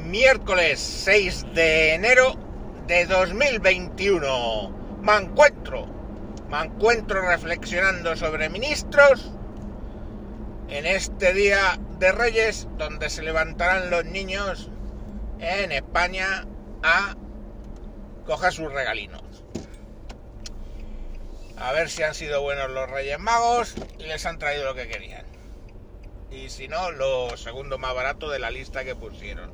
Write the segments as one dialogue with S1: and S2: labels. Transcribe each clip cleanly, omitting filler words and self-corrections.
S1: Miércoles 6 de enero de 2021. Me encuentro reflexionando sobre ministros en este día de Reyes, donde se levantarán los niños en España a coger sus regalinos. A ver si han sido buenos los Reyes Magos y les han traído lo que querían. Y si no, lo segundo más barato de la lista que pusieron.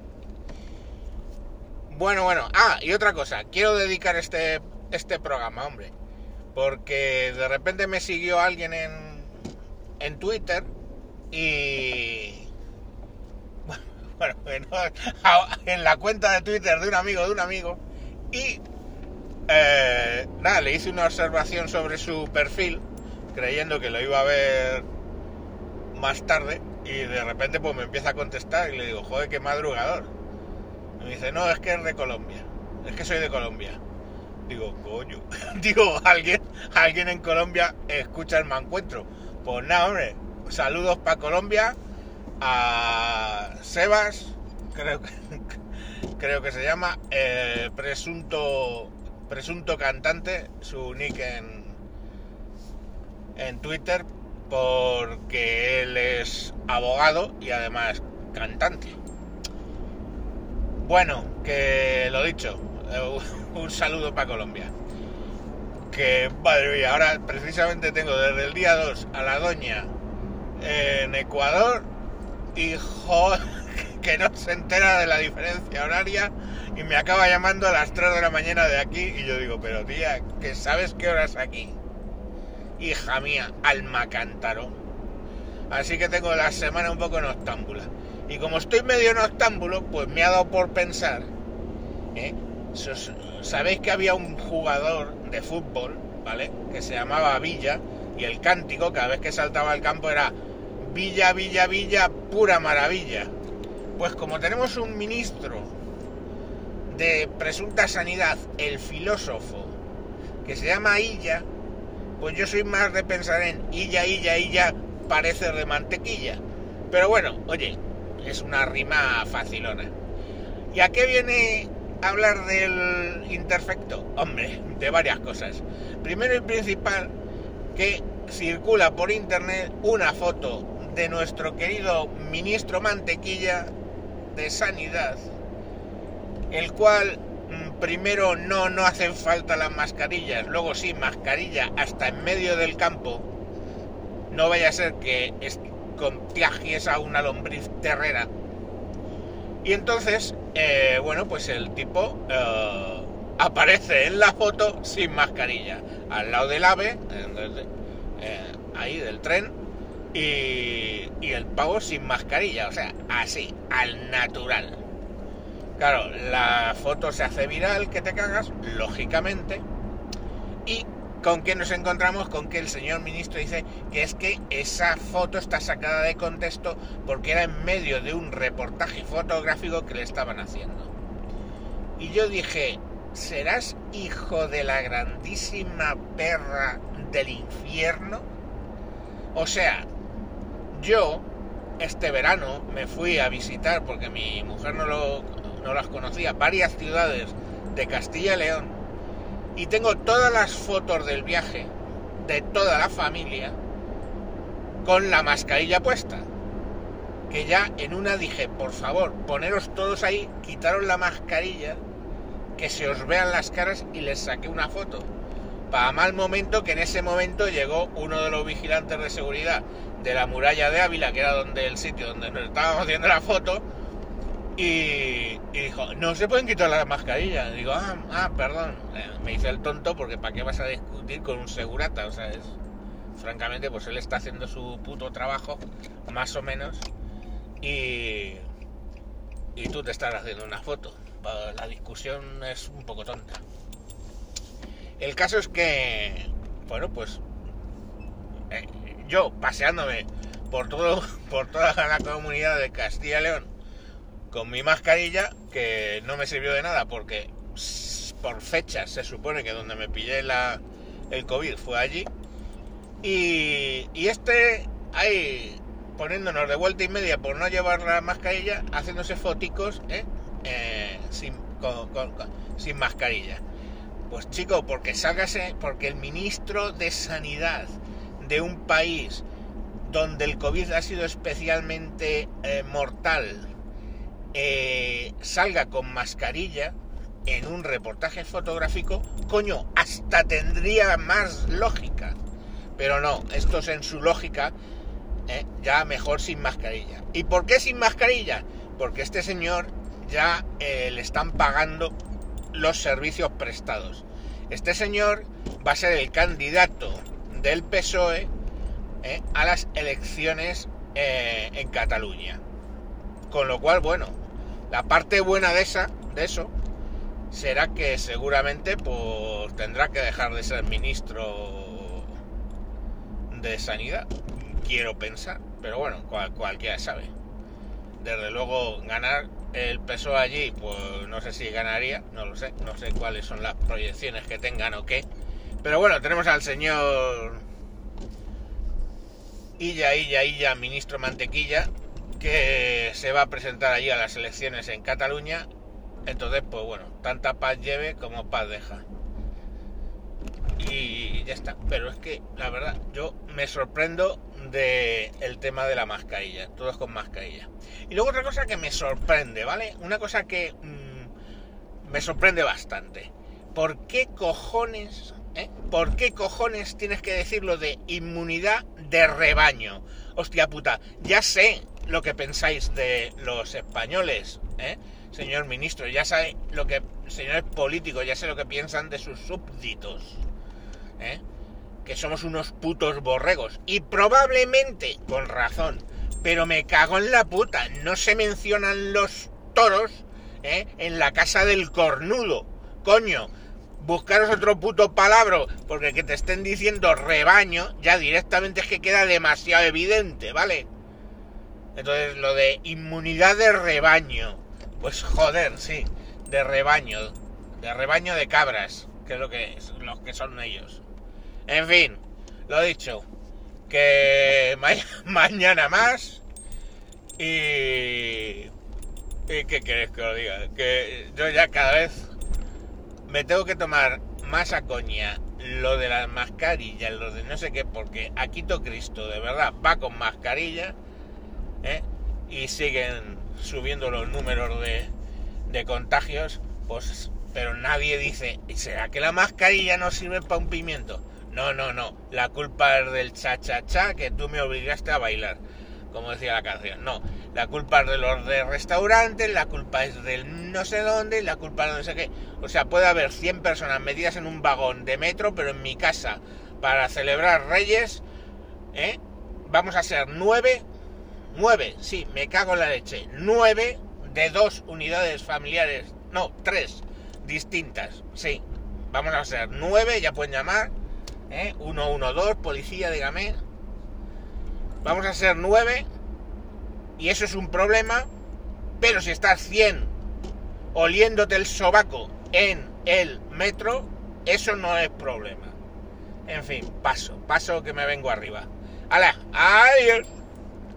S1: Bueno. Y otra cosa. Quiero dedicar este programa, hombre. Porque de repente me siguió alguien en Twitter y... Bueno, en la cuenta de Twitter de un amigo. Y... le hice una observación sobre su perfil, creyendo que lo iba a ver más tarde, y de repente pues me empieza a contestar y le digo, joder, qué madrugador. Me dice, no, es que es de Colombia, es que soy de Colombia. Digo, coño, alguien en Colombia escucha el Me Encuentro. Pues nada, hombre, saludos para Colombia, a Sebas, creo que se llama, presunto cantante, su nick en Twitter, porque él es abogado y además cantante. Bueno, que lo dicho, un saludo para Colombia. Que madre mía, ahora precisamente tengo desde el día 2 a la doña en Ecuador y joder, que no se entera de la diferencia horaria y me acaba llamando a las 3 de la mañana de aquí y yo digo, pero tía, que sabes qué hora es aquí. Hija mía, alma cántaro. Así que tengo la semana un poco noctámbula. Y como estoy medio noctámbulo, pues me ha dado por pensar, sabéis que había un jugador de fútbol, ¿vale?, que se llamaba Villa, y el cántico cada vez que saltaba al campo era Villa, Villa, Villa, pura maravilla. Pues como tenemos un ministro de presunta sanidad, el filósofo, que se llama Illa, pues yo soy más de pensar en Illa, parece de mantequilla. Pero bueno, oye, es una rima facilona. ¿Y a qué viene a hablar del imperfecto? Hombre, de varias cosas. Primero y principal, que circula por internet una foto de nuestro querido ministro Mantequilla de Sanidad, el cual primero no hacen falta las mascarillas, luego sí, mascarilla hasta en medio del campo, no vaya a ser que contagies a una lombriz terrera. Y entonces, pues el tipo aparece en la foto sin mascarilla, al lado del AVE, ahí del tren, y el pavo sin mascarilla, o sea, así, al natural. Claro, la foto se hace viral, que te cagas, lógicamente. ¿Y con qué nos encontramos? Con que el señor ministro dice que es que esa foto está sacada de contexto porque era en medio de un reportaje fotográfico que le estaban haciendo. Y yo dije, ¿serás hijo de la grandísima perra del infierno? O sea, yo este verano me fui a visitar, porque mi mujer no las conocía, varias ciudades de Castilla y León, y tengo todas las fotos del viaje de toda la familia con la mascarilla puesta, que ya en una dije, por favor, poneros todos ahí, quitaros la mascarilla, que se os vean las caras, y les saqué una foto. Para mal momento, que en ese momento llegó uno de los vigilantes de seguridad de la muralla de Ávila, que era el sitio donde nos estábamos haciendo la foto, y dijo, no se pueden quitar las mascarillas. Digo, perdón. Me hice el tonto, porque ¿para qué vas a discutir con un segurata? O sea, francamente, pues él está haciendo su puto trabajo, más o menos, y tú te estás haciendo una foto. La discusión es un poco tonta. El caso es que, yo paseándome por toda la comunidad de Castilla y León con mi mascarilla, que no me sirvió de nada porque por fechas se supone que donde me pillé el COVID fue allí, y ahí poniéndonos de vuelta y media por no llevar la mascarilla, haciéndose foticos sin mascarilla. Pues chico, porque el ministro de Sanidad de un país donde el COVID ha sido especialmente mortal salga con mascarilla en un reportaje fotográfico, coño, hasta tendría más lógica. Pero no, esto es en su lógica, ya mejor sin mascarilla. ¿Y por qué sin mascarilla? Porque este señor ya le están pagando los servicios prestados. Este señor va a ser el candidato del PSOE a las elecciones en Cataluña. Con lo cual, bueno, la parte buena de eso será que seguramente pues tendrá que dejar de ser ministro de Sanidad, quiero pensar, pero bueno, cualquiera sabe. Desde luego ganar el PSOE allí, pues no sé si ganaría, no lo sé, no sé cuáles son las proyecciones que tengan o qué, pero bueno, tenemos al señor Illa, ministro Mantequilla, que se va a presentar allí a las elecciones en Cataluña. Entonces, pues bueno, tanta paz lleve como paz deja. Y ya está. Pero es que, la verdad, yo me sorprendo del tema de la mascarilla. Todos con mascarilla. Y luego otra cosa que me sorprende, ¿vale? Una cosa que me sorprende bastante. ¿Por qué cojones tienes que decir lo de inmunidad de rebaño? Hostia puta, ya sé lo que pensáis de los españoles, señor ministro, ya sabe lo que, señores políticos, ya sé lo que piensan de sus súbditos, que somos unos putos borregos, y probablemente con razón, pero me cago en la puta, no se mencionan los toros en la casa del cornudo, coño. Buscaros otro puto palabra, porque que te estén diciendo rebaño, ya directamente es que queda demasiado evidente, ¿vale? Entonces, lo de inmunidad de rebaño, pues joder, sí, de rebaño de cabras, que es los que son ellos. En fin, lo dicho, que mañana más, y ¿qué queréis que os diga? Que yo ya cada vez me tengo que tomar más a coña lo de las mascarillas, lo de no sé qué, porque aquí Cristo de verdad va con mascarilla, y siguen subiendo los números de contagios, pues, pero nadie dice, ¿será que la mascarilla no sirve para un pimiento? No, la culpa es del cha-cha-cha que tú me obligaste a bailar, como decía la canción. No, la culpa es de los de restaurantes, la culpa es del no sé dónde, la culpa es de no sé qué. O sea, puede haber 100 personas metidas en un vagón de metro, pero en mi casa, para celebrar Reyes, vamos a ser 9, sí, me cago en la leche, 9 de 2 unidades familiares, no, 3 distintas, sí, vamos a ser 9, ya pueden llamar, 112, policía, dígame, vamos a ser 9, y eso es un problema, pero si estás 100 oliéndote el sobaco en el metro, eso no es problema. En fin, paso que me vengo arriba. ¡Hala! ¡Adiós!